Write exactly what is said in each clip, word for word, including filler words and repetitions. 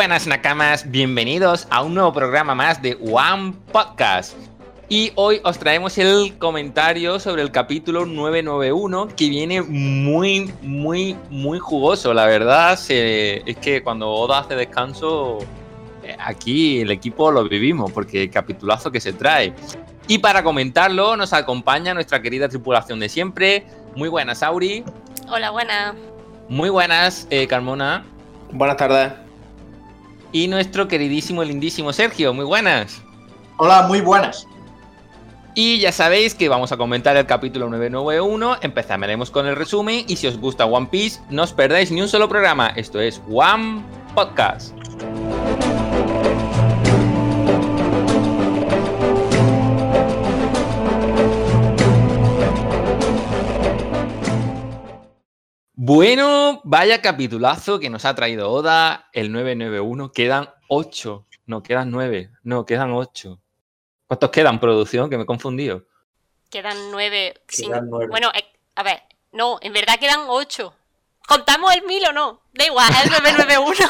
buenas Nakamas, bienvenidos a un nuevo programa más de One Podcast. Y hoy os traemos el comentario sobre el capítulo nueve nueve uno, que viene muy, muy, muy jugoso. La verdad se, es que cuando Oda hace descanso, aquí el equipo lo vivimos, porque el capitulazo que se trae. Y para comentarlo nos acompaña nuestra querida tripulación de siempre. Muy buenas, Auri. Hola, buenas. Muy buenas, eh, Carmona. Buenas tardes. Y nuestro queridísimo y lindísimo Sergio. Muy buenas. Hola, muy buenas. Y ya sabéis que vamos a comentar el capítulo nueve nueve uno, empezaremos con el resumen y si os gusta One Piece no os perdáis ni un solo programa, esto es One Podcast. Bueno, vaya capitulazo que nos ha traído Oda, el nueve nueve uno, quedan ocho, no, quedan nueve, no, quedan ocho. ¿Cuántos quedan, producción? Que me he confundido. Quedan nueve. Quedan sin... nueve. Bueno, eh, a ver, no, en verdad quedan ocho. ¿Contamos el mil o no? Da igual, es el nueve nueve uno.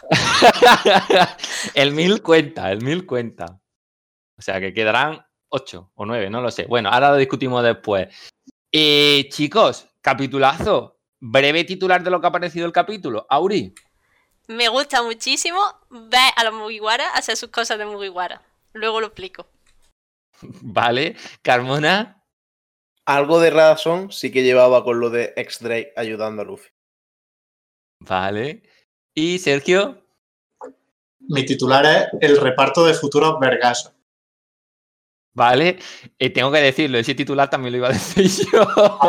El mil cuenta, el mil cuenta. O sea que quedarán ocho o nueve, no lo sé. Bueno, ahora lo discutimos después. Eh, chicos, capitulazo. Breve titular de lo que ha parecido el capítulo. Auri. Me gusta muchísimo ver a los Mugiwara hacer sus cosas de Mugiwara. Luego lo explico. Vale, Carmona. Algo de razón sí que llevaba con lo de X-Drake ayudando a Luffy. Vale. ¿Y Sergio? Mi titular es el reparto de futuros vergasos. Vale. Eh, tengo que decirlo, ese titular también lo iba a decir yo.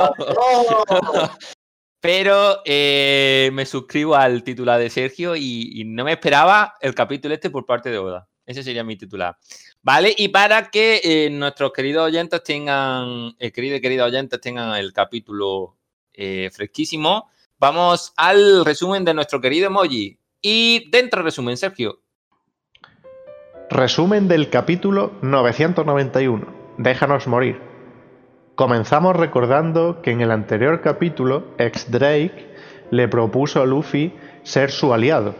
¡Oh! Pero eh, me suscribo al titular de Sergio y, y no me esperaba el capítulo este por parte de Oda. Ese sería mi titular. Vale, y para que eh, nuestros queridos oyentes tengan, eh, queridos y queridas oyentes tengan el capítulo eh, fresquísimo, vamos al resumen de nuestro querido emoji. Y dentro del resumen, Sergio. Resumen del capítulo novecientos noventa y uno. Déjanos morir. Comenzamos recordando que en el anterior capítulo, X-Drake le propuso a Luffy ser su aliado.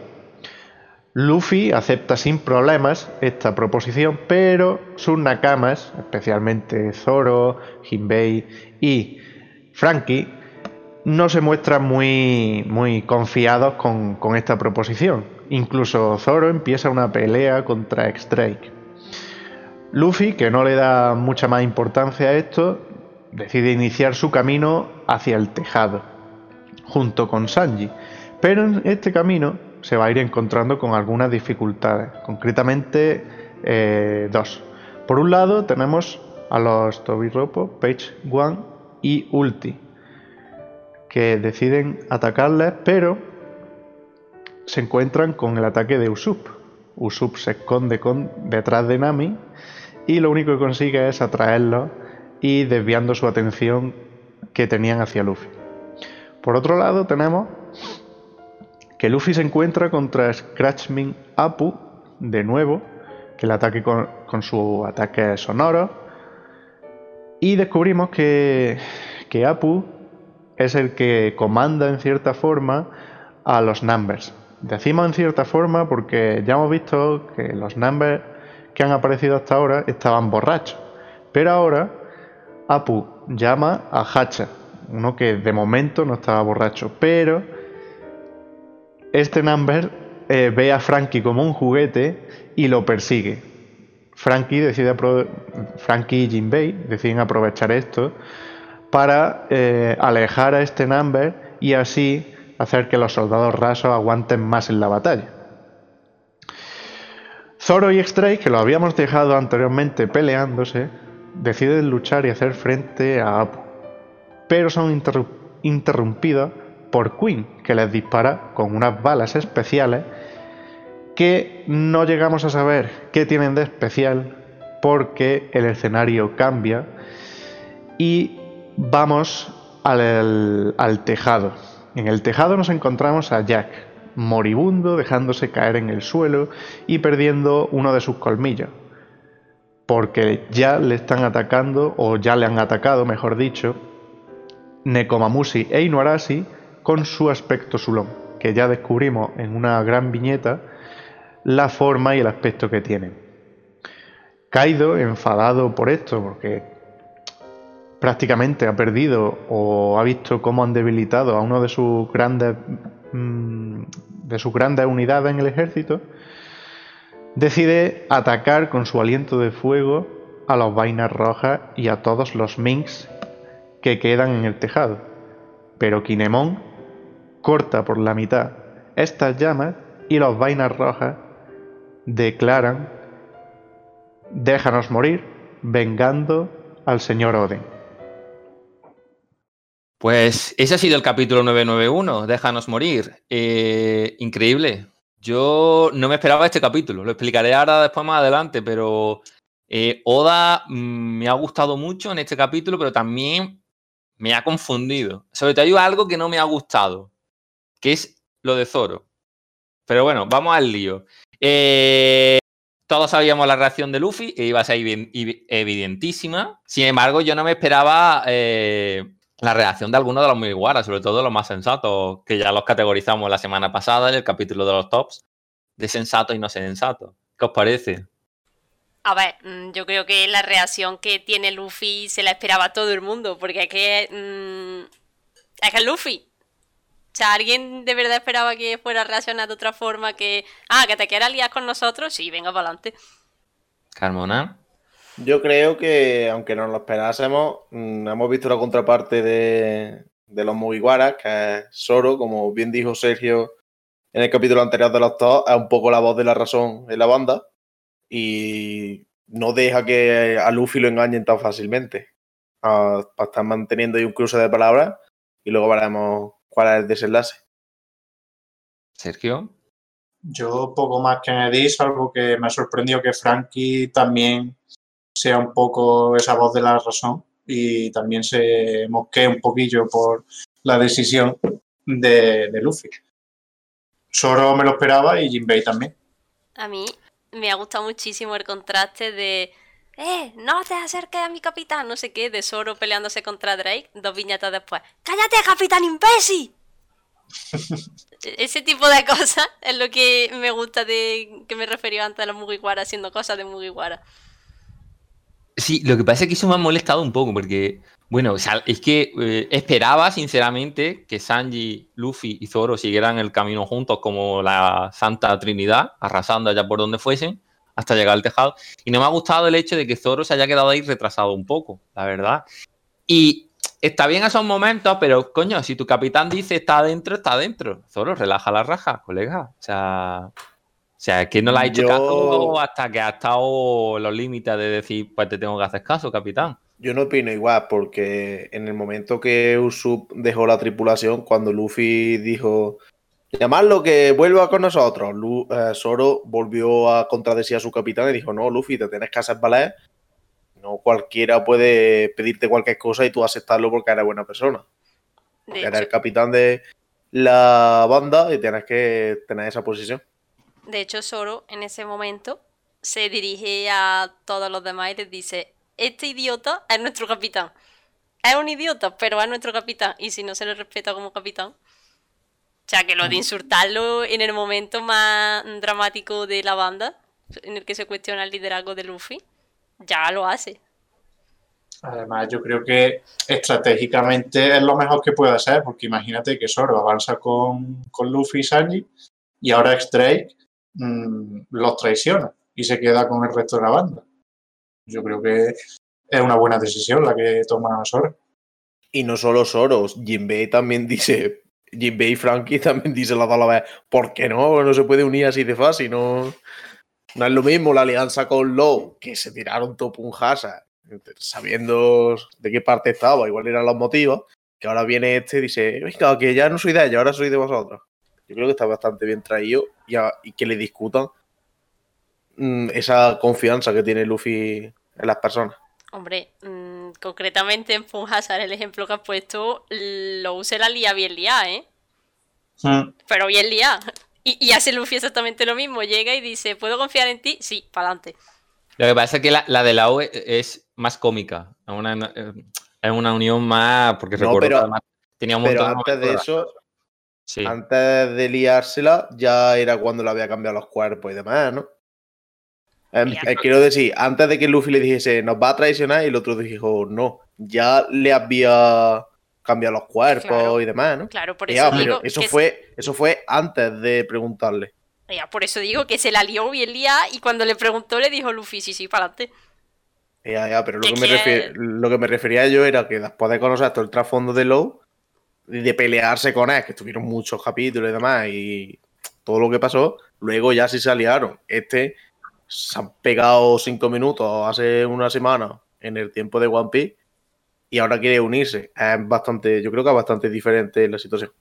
Luffy acepta sin problemas esta proposición, pero sus nakamas, especialmente Zoro, Jinbei y Franky, no se muestran muy, muy confiados con, con esta proposición. Incluso Zoro empieza una pelea contra X-Drake. Luffy, que no le da mucha más importancia a esto, decide iniciar su camino hacia el tejado, junto con Sanji, pero en este camino se va a ir encontrando con algunas dificultades, concretamente eh, dos. Por un lado tenemos a los Tobiropo, Page One y Ulti, que deciden atacarles, pero se encuentran con el ataque de Usopp. Usopp se esconde con, detrás de Nami y lo único que consigue es atraerlos y desviando su atención que tenían hacia Luffy. Por otro lado tenemos que Luffy se encuentra contra Scratchmin Apu de nuevo, que le ataque con, con su ataque sonoro, y descubrimos que, que Apu es el que comanda en cierta forma a los Numbers. Decimos en cierta forma porque ya hemos visto que los Numbers que han aparecido hasta ahora estaban borrachos, pero ahora Apu llama a Hacha, uno que de momento no estaba borracho, pero este Number eh, ve a Franky como un juguete y lo persigue. Franky decide apro- Franky y Jinbei deciden aprovechar esto para eh, alejar a este Number y así hacer que los soldados rasos aguanten más en la batalla. Zoro y X-Drake, que lo habíamos dejado anteriormente peleándose, deciden luchar y hacer frente a Apu, pero son interru- interrumpidos por Queen, que les dispara con unas balas especiales que no llegamos a saber qué tienen de especial porque el escenario cambia y vamos al, al tejado. En el tejado nos encontramos a Jack, moribundo, dejándose caer en el suelo y perdiendo uno de sus colmillos, porque ya le están atacando, o ya le han atacado, mejor dicho, Nekomamushi e Inuarashi con su aspecto Sulón, que ya descubrimos en una gran viñeta la forma y el aspecto que tienen. Kaido, enfadado por esto, porque prácticamente ha perdido o ha visto cómo han debilitado a uno de sus grandes mmm, de sus grandes unidades en el ejército, decide atacar con su aliento de fuego a los vainas rojas y a todos los minks que quedan en el tejado. Pero Kinemon corta por la mitad estas llamas y los vainas rojas declaran: déjanos morir, vengando al señor Oden. Pues ese ha sido el capítulo nueve nueve uno, déjanos morir. Eh, increíble. Yo no me esperaba este capítulo, lo explicaré ahora después más adelante, pero eh, Oda mmm, me ha gustado mucho en este capítulo, pero también me ha confundido. Sobre todo hay algo que no me ha gustado, que es lo de Zoro. Pero bueno, vamos al lío. Eh, todos sabíamos la reacción de Luffy, que iba a ser evidentísima. Sin embargo, yo no me esperaba eh, la reacción de algunos de los Mugiwara, sobre todo los más sensatos, que ya los categorizamos la semana pasada en el capítulo de los tops, de sensato y no sensato. ¿Qué os parece? A ver, yo creo que la reacción que tiene Luffy se la esperaba todo el mundo, porque es que mmm, es que es Luffy. O sea, ¿alguien de verdad esperaba que fuera a reaccionar de otra forma que... Ah, que te quieras liar con nosotros? Sí, venga para adelante. Carmona. Yo creo que, aunque no lo esperásemos, mmm, hemos visto la contraparte de, de los Mugiwara, que es Zoro, como bien dijo Sergio en el capítulo anterior de los dos, es un poco la voz de la razón en la banda y no deja que a Luffy lo engañen tan fácilmente. Uh, para estar manteniendo ahí un cruce de palabras y luego veremos cuál es el desenlace. Sergio. Yo poco más que añadir, salvo que me sorprendió que Franky también sea un poco esa voz de la razón y también se mosquee un poquillo por la decisión de, de Luffy. Zoro me lo esperaba y Jinbei también. A mí me ha gustado muchísimo el contraste de ¡Eh! ¡No te acerques a mi capitán! No sé qué, de Zoro peleándose contra Drake, dos viñetas después. ¡Cállate, capitán imbécil! Ese tipo de cosas es lo que me gusta de que me refería antes a los Mugiwara haciendo cosas de Mugiwara. Sí, lo que pasa es que eso me ha molestado un poco porque, bueno, o sea, es que eh, esperaba sinceramente que Sanji, Luffy y Zoro siguieran el camino juntos como la Santa Trinidad, arrasando allá por donde fuesen hasta llegar al tejado. Y no me ha gustado el hecho de que Zoro se haya quedado ahí retrasado un poco, la verdad. Y está bien esos momentos, pero coño, si tu capitán dice está adentro, está adentro. Zoro, relaja la raja, colega. O sea... O sea, es que no le ha hecho Yo... caso hasta que ha estado en los límites de decir, pues te tengo que hacer caso, capitán. Yo no opino igual, porque en el momento que Usopp dejó la tripulación, cuando Luffy dijo, llamadlo que vuelva con nosotros, Lu eh, Zoro volvió a contradecir a su capitán y dijo, no, Luffy, te tienes que hacer valer. No cualquiera puede pedirte cualquier cosa y tú aceptarlo porque eres buena persona. De Eres hecho, el capitán de la banda y tienes que tener esa posición. de hecho, Zoro en ese momento se dirige a todos los demás y les dice, este idiota es nuestro capitán. Es un idiota, pero es nuestro capitán. Y si no se le respeta como capitán... O sea, que lo de insultarlo en el momento más dramático de la banda, en el que se cuestiona el liderazgo de Luffy, ya lo hace. Además, yo creo que estratégicamente es lo mejor que puede hacer, porque imagínate que Zoro avanza con, con Luffy y Sanji y ahora X-Drake mmm, los traiciona y se queda con el resto de la banda. Yo creo que es una buena decisión la que toma Zoro. Y no solo Zoro, Jinbei también dice, Jinbei y Franky también dicen las dos a la vez, ¿por qué no? No se puede unir así de fácil, no, no es lo mismo la alianza con Law, que se tiraron Topunjasa, sabiendo de qué parte estaba, igual eran los motivos, que ahora viene este y dice, venga, que ya no soy de ella, ahora soy de vosotros. Yo creo que está bastante bien traído y, a, y que le discutan mmm, esa confianza que tiene Luffy en las personas. Hombre, mmm, concretamente en Punjasar, el ejemplo que has puesto, lo use la lía bien liada, ¿eh? Mm. Pero bien liada. Y, y hace Luffy exactamente lo mismo. Llega y dice, ¿puedo confiar en ti? Sí, para adelante. Lo que pasa es que la, la de la O es más cómica. Es una, es una unión más... Porque no, recuerdo pero, que además tenía un montón pero de antes de eso, Sí. Antes de liársela, ya era cuando le había cambiado los cuerpos y demás, ¿no? Eh, Mira, eh, quiero decir, antes de que Luffy le dijese, nos va a traicionar, y el otro dijo, no, ya le había cambiado los cuerpos Claro. y demás, ¿no? Claro, por Ya, eso pero digo eso que fue, eso fue antes de preguntarle. ya, por eso digo que se la lió bien liada y cuando le preguntó le dijo Luffy, sí, sí, para adelante. Ya, ya, pero lo Que que, me quiere- refer- lo que me refería yo era que después de conocer todo el trasfondo de Law y de pelearse con él, que estuvieron muchos capítulos y demás, y todo lo que pasó, luego ya sí se aliaron. Este se han pegado cinco minutos hace una semana en el tiempo de One Piece y ahora quiere unirse. Es bastante, yo creo que es bastante diferente la situación.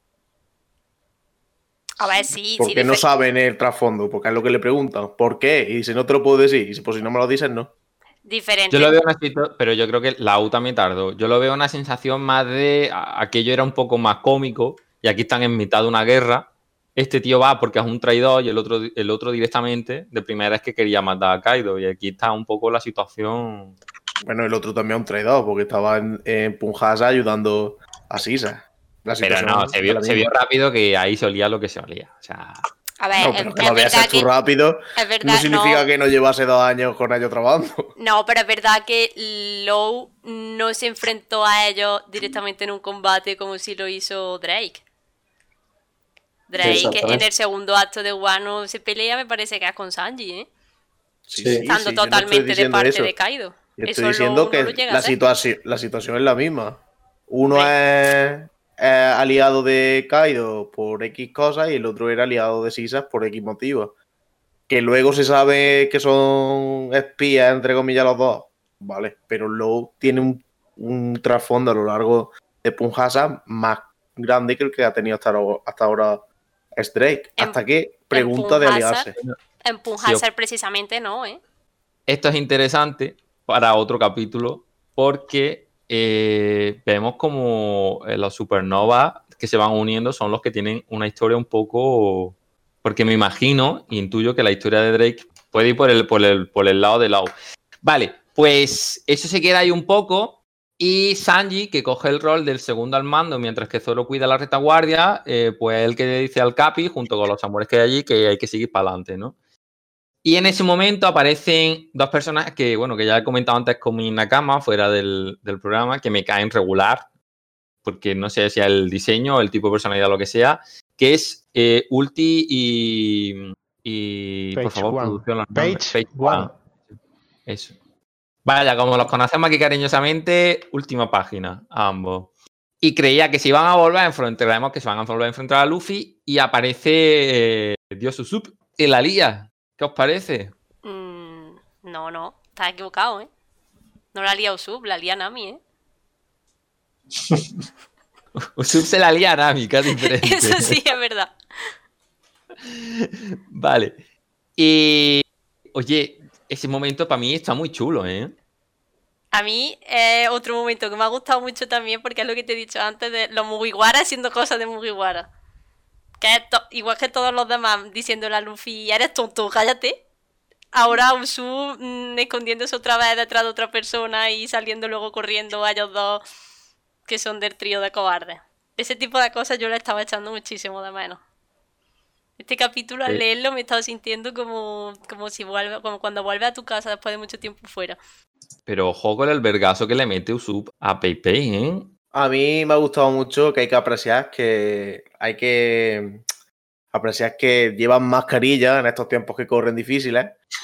A ver, sí, sí. Porque no dife- saben el trasfondo, porque es lo que le preguntan. ¿Por qué? Y dice, no te lo puedo decir. Y dice, pues si no me lo dices, no. Diferente. Yo lo veo una situ- pero yo creo que la U también tardó. Yo lo veo una sensación más de a- aquello era un poco más cómico y aquí están en mitad de una guerra. Este tío va porque es un traidor y el otro, el otro directamente de primera es que quería matar a Kaido y aquí está un poco la situación. Bueno, el otro también es un traidor, porque estaba en, en Punjasa ayudando a Sisa. La Pero situación no, se es vio, la se misma. vio rápido que ahí se olía lo que se olía. O sea, A ver, No, es, pero que es lo veas verdad tú que, rápido es verdad, no significa no, que no llevase dos años con ellos trabajando. no, pero es verdad que Law no se enfrentó a ellos directamente en un combate como si lo hizo Drake. Drake Exactamente. en el segundo acto de Wano se pelea, me parece que es con Sanji, ¿eh? Sí, Sí. sí, Estando sí, yo no estoy totalmente de diciendo parte eso. de Kaido. Yo estoy Eso diciendo Law que no lo llega a la, hacer. situación, la situación es la misma. Uno Hombre. es, es aliado de Kaido por X cosas y el otro era aliado de Sisas por X motivos. Que luego se sabe que son espías, entre comillas, los dos. Vale, pero Law tiene un, un trasfondo a lo largo de Punjasa más grande que el que ha tenido hasta, ahora- hasta ahora Drake. En- Hasta que pregunta de Punjasa- aliarse. En Punjasa precisamente no, ¿eh? esto es interesante para otro capítulo porque eh, vemos como eh, los supernovas que se van uniendo son los que tienen una historia un poco... Porque me imagino, y intuyo que la historia de Drake puede ir por el, por el, por el lado de Law. Vale, pues eso se queda ahí un poco y Sanji, que coge el rol del segundo al mando mientras que Zoro cuida la retaguardia, eh, pues él que le dice al Capi, junto con los amores que hay allí, que hay que seguir para adelante, ¿no? Y en ese momento aparecen dos personas que, bueno, que ya he comentado antes con mi Nakama, fuera del, del programa, que me caen regular, porque no sé si es el diseño, el tipo de personalidad, lo que sea, que es eh, Ulti y, y por Page favor, One. producción los Page nombres. Page One. One. Eso. Vaya, como los conocemos aquí cariñosamente, última página, ambos. Y creía que se iban a volver a enfrentar, vemos que se van a volver a enfrentar a Luffy y aparece eh, Dios Usopp y la lía. ¿Qué os parece? Mm, no, no, estás equivocado, ¿eh? No la lía Usopp, la lía Nami, ¿eh? Usopp se la lía a Nami, que es diferente. Eso sí es verdad. Vale. Y oye, ese momento para mí está muy chulo, ¿eh? A mí es otro momento que me ha gustado mucho también porque es lo que te he dicho antes de los Mugiwara haciendo cosas de Mugiwara. Que es to- igual que todos los demás diciéndole a Luffy, eres tonto, cállate. Ahora Usopp mm, escondiéndose otra vez detrás de otra persona y saliendo luego corriendo a ellos dos que son del trío de cobardes. Ese tipo de cosas yo le estaba echando muchísimo de menos. Este capítulo al Sí. leerlo me estaba sintiendo como, como si vuelve, como cuando vuelve a tu casa después de mucho tiempo fuera. Pero ojo con el vergazo que le mete Usopp a Pei Pei, ¿eh? A mí me ha gustado mucho que hay que apreciar que hay que apreciar que llevan mascarilla en estos tiempos que corren difíciles.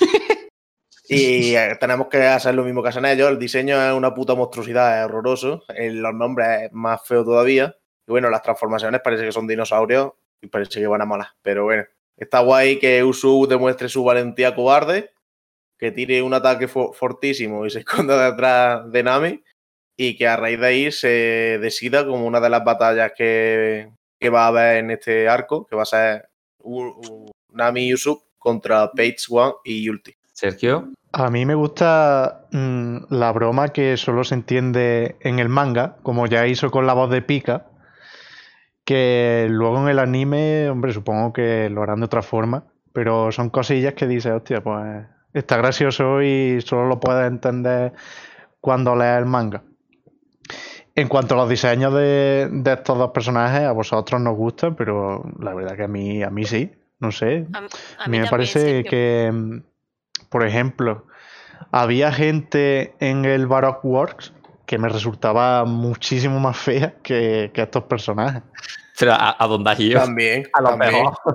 Y eh, tenemos que hacer lo mismo que hacen ellos. El diseño es una puta monstruosidad, es horroroso. Eh, Los nombres es más feo todavía. Y bueno, las transformaciones parece que son dinosaurios y parece que van a malas. Pero bueno, está guay que Usopp demuestre su valentía cobarde, que tire un ataque fo- fortísimo y se esconda detrás de Nami. Y que a raíz de ahí se decida como una de las batallas que, que va a haber en este arco, que va a ser U- U- Nami y Usopp contra Page One y Ulti. Sergio. A mí me gusta mm, la broma que solo se entiende en el manga, como ya hizo con la voz de Pika, que luego en el anime, hombre, supongo que lo harán de otra forma, pero son cosillas que dices, hostia, pues está gracioso y solo lo puedes entender cuando lees el manga. En cuanto a los diseños de, de estos dos personajes, a vosotros nos gustan, pero la verdad que a mí, a mí sí, no sé. A, a A mí, mí me también, parece Sergio. que, mm, por ejemplo, había gente en el Baroque Works que me resultaba muchísimo más fea que, que estos personajes. Pero ¿a, a dónde has ido? También, A lo también.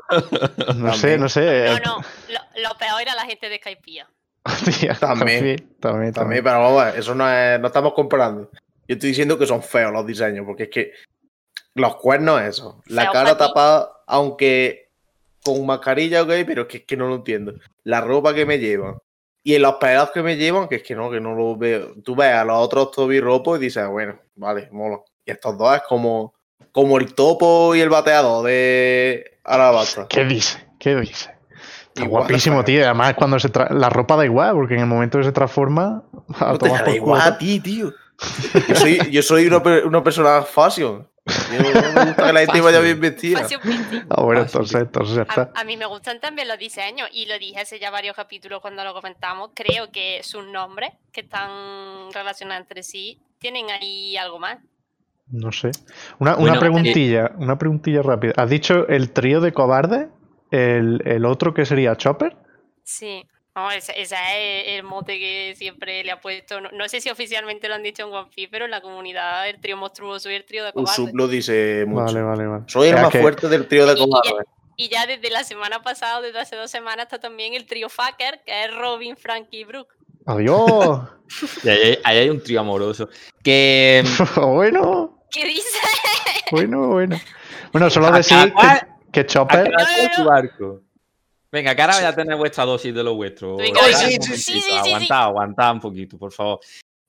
No También. sé, no sé. No, eh, no, lo, lo peor era la gente de Skypiea. Hostia, También. también, también, También, pero vamos a ver, eso no es, no estamos comparando. Yo estoy diciendo que son feos los diseños, porque es que los cuernos, eso. La Feos cara pa' ti. tapada, aunque con mascarilla, ok, pero es que, es que no lo entiendo. La ropa que me llevan y en los pelos que me llevan, que es que no, que no lo veo. Tú ves a los otros tobirropos y dices, bueno, vale, mola. Y estos dos es como, como el topo y el bateador de Arabasta. ¿Qué dice? ¿Qué dice? Está Igual guapísimo, de feo. tío. Además, cuando se tra- la ropa da igual, porque en el momento que se transforma, a No te tomar da por igual culo. a ti, tío. Yo soy, yo soy una, per- una persona fashion. Yo no me gusta que la gente vaya Fashion. bien vestida. Fashion Pity. Ah, bueno, Ah, sí, entonces, sí. entonces ya A, está. a mí me gustan también los diseños y lo dije hace ya varios capítulos cuando lo comentamos. Creo que sus nombres, que están relacionados entre sí, tienen ahí algo más. No sé. Una, una Bueno, preguntilla, una preguntilla rápida. ¿Has dicho el trío de cobardes? ¿El, el otro que sería Chopper? Sí. No, ese, ese es el mote que siempre le ha puesto. No, no sé si oficialmente lo han dicho en One Piece, pero en la comunidad el trío monstruoso y el trío de cobardes. Usopp lo dice mucho. Vale, vale, vale. Soy el Ya más que- fuerte del trío de Y- y ya- cobardes. Y ya desde la semana pasada, desde hace dos semanas, está también el trío Fucker, que es Robin, Frankie y Brooke. ¡Adiós! Y ahí, hay- ahí hay un trío amoroso. Que. bueno, ¿Qué dices? bueno, bueno. Bueno, solo A decir cada cual- que, que a Chopper... cada No, no, cual no. su barco. Venga, que ahora voy a tener vuestra dosis de lo vuestro. Venga, Aguantad venga. un Sí, sí, sí, momentito, sí, sí, sí. aguantad, aguantad un poquito, por favor.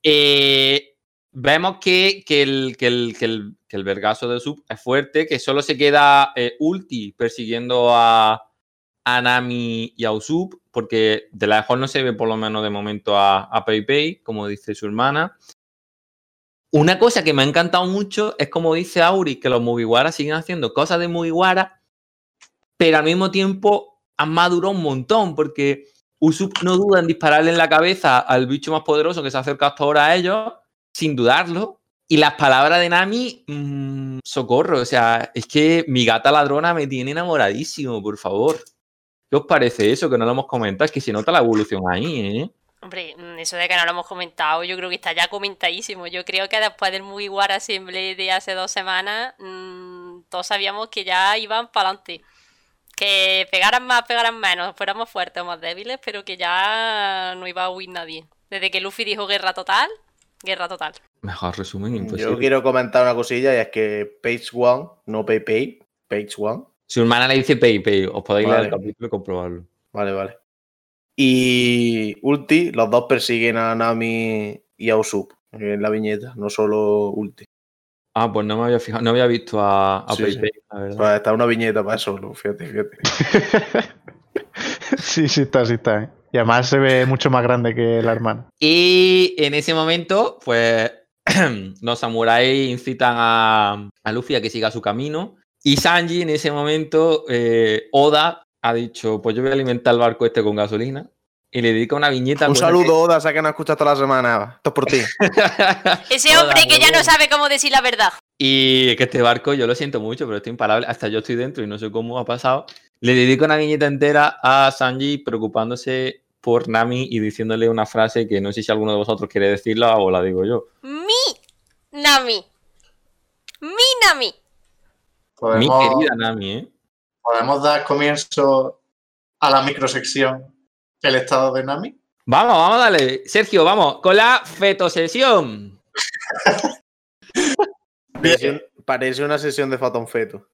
Eh, vemos que, que, el, que, el, que, el, que el vergazo de Sub es fuerte, que solo se queda eh, Ulti persiguiendo a, a Nami y a Usopp, porque de la mejor no se ve por lo menos de momento a, a Pei Pei, como dice su hermana. Una cosa que me ha encantado mucho es como dice Auri, que los Mugiwara siguen haciendo cosas de Mugiwara, pero al mismo tiempo han madurado un montón, porque Usopp no duda en dispararle en la cabeza al bicho más poderoso que se ha acercado hasta ahora a ellos, sin dudarlo. Y las palabras de Nami, mmm, socorro, o sea, es que mi gata ladrona me tiene enamoradísimo, por favor. ¿Qué os parece eso? Que no lo hemos comentado, es que se nota la evolución ahí, ¿eh? Hombre, mm, eso de que no lo hemos comentado, yo creo que está ya comentadísimo. Yo creo que después del Mugiwara Assembly de hace dos semanas, mmm, todos sabíamos que ya iban para adelante. Que pegaran más, pegaran menos, fuéramos fuertes o más débiles, pero que ya no iba a huir nadie. Desde que Luffy dijo guerra total, guerra total. Mejor resumen imposible. Yo quiero comentar una cosilla y es que Page One, no Pei Pei, Page One. Su hermana le dice Pei Pei, os podéis Vale. leer el capítulo y comprobarlo. Vale, vale. Y Ulti, los dos persiguen a Nami y a Usopp en la viñeta, no solo Ulti. Ah, pues no me había fijado, no había visto a, a Sí, Pei sí. Pei, la verdad. Pues está una viñeta para eso, ¿no? Fíjate, fíjate. sí, sí está, sí está. ¿eh? Y además se ve mucho más grande que la hermana. Y en ese momento, pues los samuráis incitan a, a Luffy a que siga su camino. Y Sanji, en ese momento, eh, Oda ha dicho: pues yo voy a alimentar el barco este con gasolina. Y le dedica una viñeta. Un cosa saludo, Oda, sé que no has escuchado toda la semana. Esto es por ti. que- Ese Oda, hombre que ya no huevón. sabe cómo decir la verdad. Y que este barco, yo lo siento mucho, pero estoy imparable. Hasta yo estoy dentro y no sé cómo ha pasado. Le dedico una viñeta entera a Sanji preocupándose por Nami y diciéndole una frase que no sé si alguno de vosotros quiere decirla o la digo yo. Mi Nami. Mi Nami. Mi Podemos, querida Nami, ¿eh? podemos dar comienzo a la microsección El estado de Nami. Vamos, vamos a darle. Sergio, vamos, con la fetosesión. Parece, parece una sesión de Phantom Feto.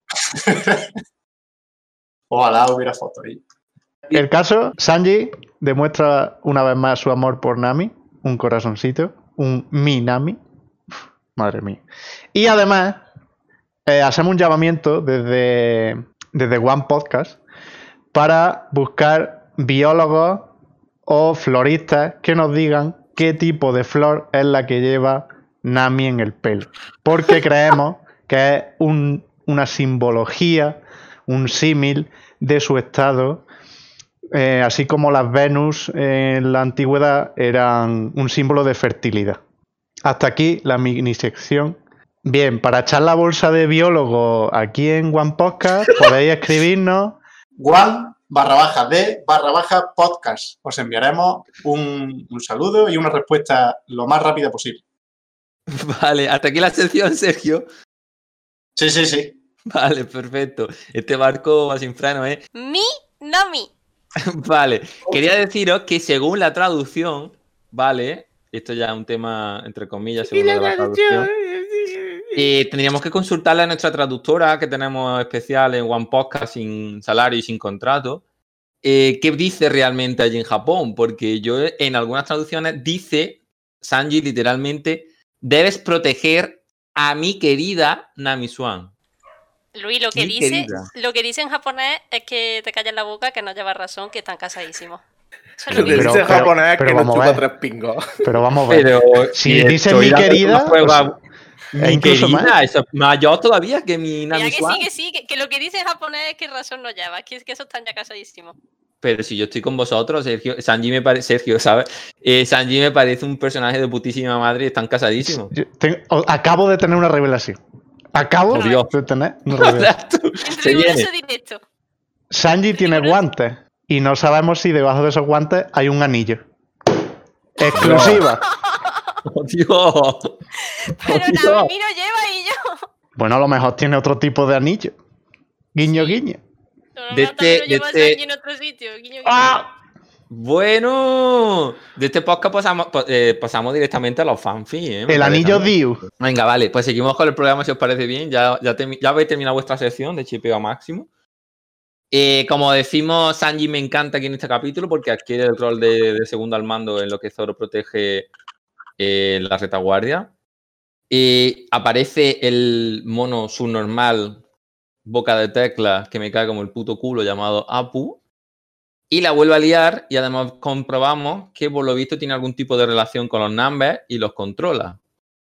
Ojalá hubiera fotos ahí. El caso, Sanji demuestra una vez más su amor por Nami, un corazoncito, un mi Nami. Uf, madre mía. Y además, eh, hacemos un llamamiento desde, desde One Podcast para buscar biólogos o floristas que nos digan qué tipo de flor es la que lleva Nami en el pelo. Porque creemos que es un, una simbología, un símil de su estado. Eh, así como las Venus en la antigüedad eran un símbolo de fertilidad. Hasta aquí la mini sección Bien, para echar la bolsa de biólogo aquí en One Podcast podéis escribirnos. One barra baja de barra baja podcast. Os enviaremos un, un saludo y una respuesta lo más rápida posible. Vale, hasta aquí la sección, Sergio. Sí, sí, sí. Vale, perfecto. Este barco va sin freno, ¿eh? Mi, no mi. Vale, quería deciros que según la traducción, vale, esto ya es un tema entre comillas, según la, la traducción, eh, tendríamos que consultarle a nuestra traductora que tenemos especial en One Podcast sin salario y sin contrato, eh, qué dice realmente allí en Japón, porque yo en algunas traducciones dice, Sanji literalmente, debes proteger a mi querida Nami Swan. Luis, lo que, Mi dice, querida. lo que dice en japonés es que te calles la boca, que no llevas razón, que están casadísimos. Eso es Lo lo que que Pero- dice dice. en japonés es pero que no vamos a chupa ver. tres pingos. Pero vamos a ver. Pero Si y dice estoy mi dando querida, un juego pues, a- es mi incluso querida, más. eso es mayor todavía que mi Mira Nami que Swan. sí, que sí, que, que lo que dice en japonés es que razón no lleva, que, que eso están ya casadísimos. Pero si yo estoy con vosotros, Sergio, Sanji me parece, Sergio, ¿sabes? Eh, Sanji me parece un personaje de putísima madre y están casadísimos. Yo tengo- o- acabo de tener una revelación. Acabo Por Dios. de tener una revelación. Tú, En se viene. riguroso directo. Sanji tiene guantes y no sabemos si debajo de esos guantes hay un anillo. Exclusiva. ¡Oh, Dios! Pero Dios. Nami no lleva y yo. Bueno, a lo mejor tiene otro tipo de anillo. Guiño, guiño. Solo De me también este- lo de lleva este- Sanji en otro sitio. Guiño, guiño. ¡Ah! Bueno, de este podcast pasamos, pa- eh, pasamos directamente a los fanfics. ¿eh? Me El parece anillo a mí. Diu. Venga, vale, pues seguimos con el programa si os parece bien. Ya, ya, termi- ya habéis terminado vuestra sección de chipeo a máximo. Eh, como decimos, Sanji me encanta aquí en este capítulo porque adquiere el rol de, de segundo al mando en lo que Zoro protege eh, la retaguardia. Eh, aparece el mono subnormal, boca de teclas, que me cae como el puto culo, llamado Apu. Y la vuelve a liar y además comprobamos que por lo visto tiene algún tipo de relación con los numbers y los controla.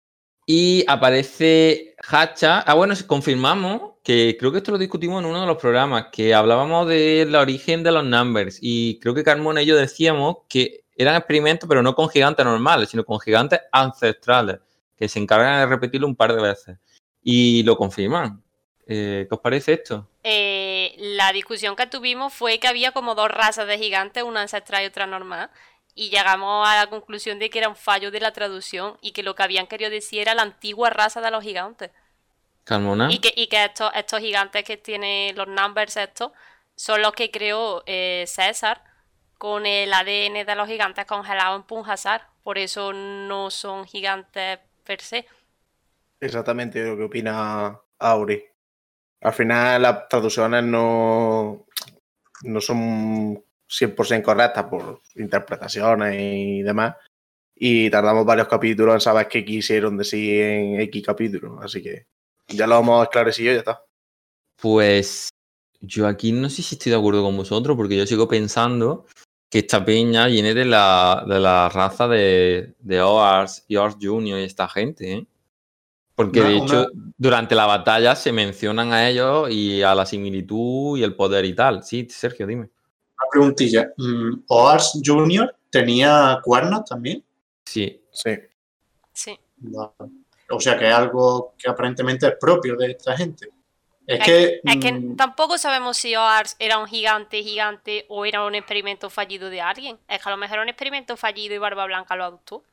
Y aparece Hacha. Ah, bueno, confirmamos que creo que esto lo discutimos en uno de los programas, que hablábamos del origen de los numbers. Y creo que Carmona y yo decíamos que eran experimentos, pero no con gigantes normales, sino con gigantes ancestrales, que se encargan de repetirlo un par de veces. Y lo confirman. Eh, ¿Qué os parece esto? Eh, la discusión que tuvimos fue que había como dos razas de gigantes, una ancestral y otra normal. Y llegamos a la conclusión de que era un fallo de la traducción y que lo que habían querido decir era la antigua raza de los gigantes. Carmona. Y que, y que estos, estos gigantes que tienen los numbers estos son los que creó eh, César con el A D N de los gigantes congelado en Punjasar. Por eso no son gigantes per se. Exactamente lo que opina Auri. Al final las traducciones no, no son cien por ciento correctas por interpretaciones y demás. Y tardamos varios capítulos en saber qué quisieron decir en X capítulos. Así que ya lo hemos esclarecido y ya está. Pues yo aquí no sé si estoy de acuerdo con vosotros, porque yo sigo pensando que esta peña viene de la, de la raza de, de Oars y Oars Junior y esta gente, ¿eh? Porque Una- de hecho, una- durante la batalla se mencionan a ellos y a la similitud y el poder y tal. Sí, Sergio, dime. Una preguntilla. Mm, ¿Oars Junior tenía cuernos también? Sí. Sí. Sí. Vale. O sea que es algo que aparentemente es propio de esta gente. Es Es que... Es que mm, tampoco sabemos si Oars era un gigante gigante o era un experimento fallido de alguien. Es que a lo mejor era un experimento fallido y Barba Blanca lo adoptó.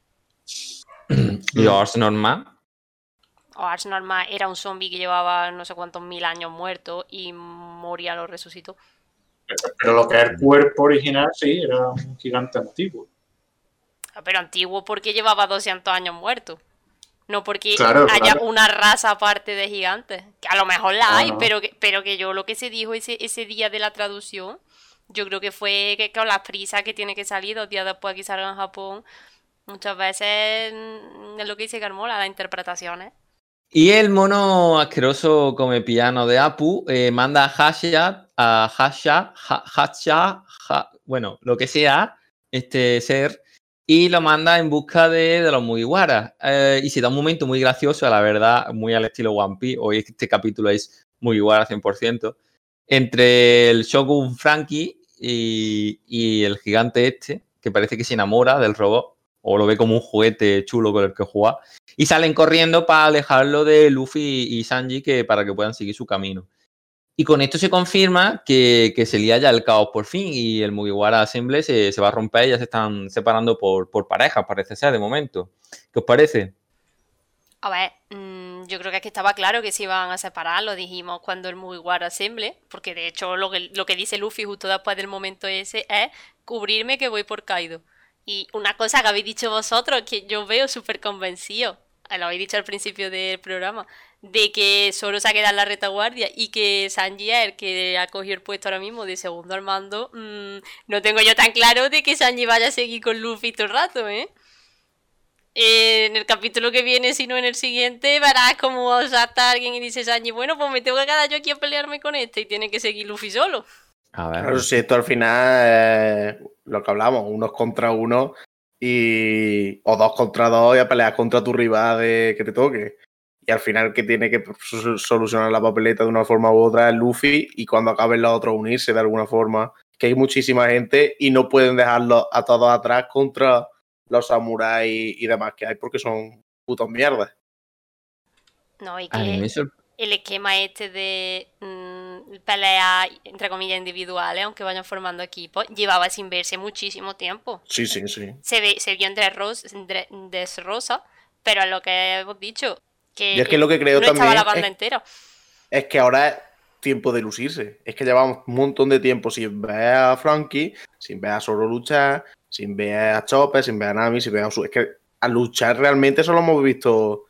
Y Oars normal. Oars normal era un zombie que llevaba no sé cuántos mil años muerto y Moria lo resucitó. Pero lo que es el cuerpo original, sí, era un gigante antiguo. Pero antiguo porque llevaba doscientos años muerto. No porque Claro, haya claro. una raza aparte de gigantes. Que a lo mejor la No, hay, no. Pero, que, pero que yo lo que se dijo ese, ese día de la traducción, yo creo que fue que con las prisas que tiene que salir dos días después que salga en Japón, muchas veces mm, es lo que dice Carmola, las interpretaciones. Y el mono asqueroso come piano de Apu eh, manda a Hasha, a Hasha, Ha- Hacha, Ha- bueno, lo que sea, este ser, y lo manda en busca de, de los Mugiwaras. Eh, y se da un momento muy gracioso, la verdad, muy al estilo One Piece. Hoy este capítulo es Mugiwara cien por ciento. Entre el Shogun Frankie y, y el gigante este, que parece que se enamora del robot. o lo ve como un juguete chulo con el que jugar. Y salen corriendo para alejarlo de Luffy y Sanji que, para que puedan seguir su camino. Y con esto se confirma que, que se lía ya el caos por fin y el Mugiwara Assembly se, se va a romper y ya se están separando por, por parejas, parece ser, de momento. ¿Qué os parece? A ver, mmm, yo creo que aquí estaba claro que se iban a separar, lo dijimos cuando el Mugiwara Assemble, porque de hecho lo que, lo que dice Luffy justo después del momento ese es cubrirme que voy por Kaido. Y una cosa que habéis dicho vosotros, que yo veo súper convencido, lo habéis dicho al principio del programa, de que Zoro se ha quedado en la retaguardia y que Sanji es el que ha cogido el puesto ahora mismo de segundo al mando. Mmm, no tengo yo tan claro de que Sanji vaya a seguir con Luffy todo el rato, ¿eh? Eh, en el capítulo que viene, si no en el siguiente, verás como salta alguien y dice Sanji, bueno, pues me tengo que quedar yo aquí a pelearme con este y tiene que seguir Luffy solo. A ver. Claro, si esto al final es lo que hablamos, unos contra uno y o dos contra dos y a pelear contra tu rival de que te toque. Y al final que tiene que solucionar la papeleta de una forma u otra es Luffy y cuando acaben los otros unirse de alguna forma. Que hay muchísima gente y no pueden dejarlos a todos atrás contra los samuráis y demás que hay porque son putos mierdas. No, y A mí que me sor- el esquema este de mmm, peleas, entre comillas, individuales, aunque vayan formando equipos, llevaba sin verse muchísimo tiempo. Sí, sí, sí. Se, ve, se vio en Dressrosa, en Dressrosa, pero es lo que hemos dicho, que, Y es que lo que creo no también estaba la banda es- entera. Es que ahora es tiempo de lucirse. Es que llevamos un montón de tiempo sin ver a Frankie, sin ver a Zoro luchar, sin ver a Chopper, sin ver a Nami, sin ver a su... Es que a luchar realmente solo hemos visto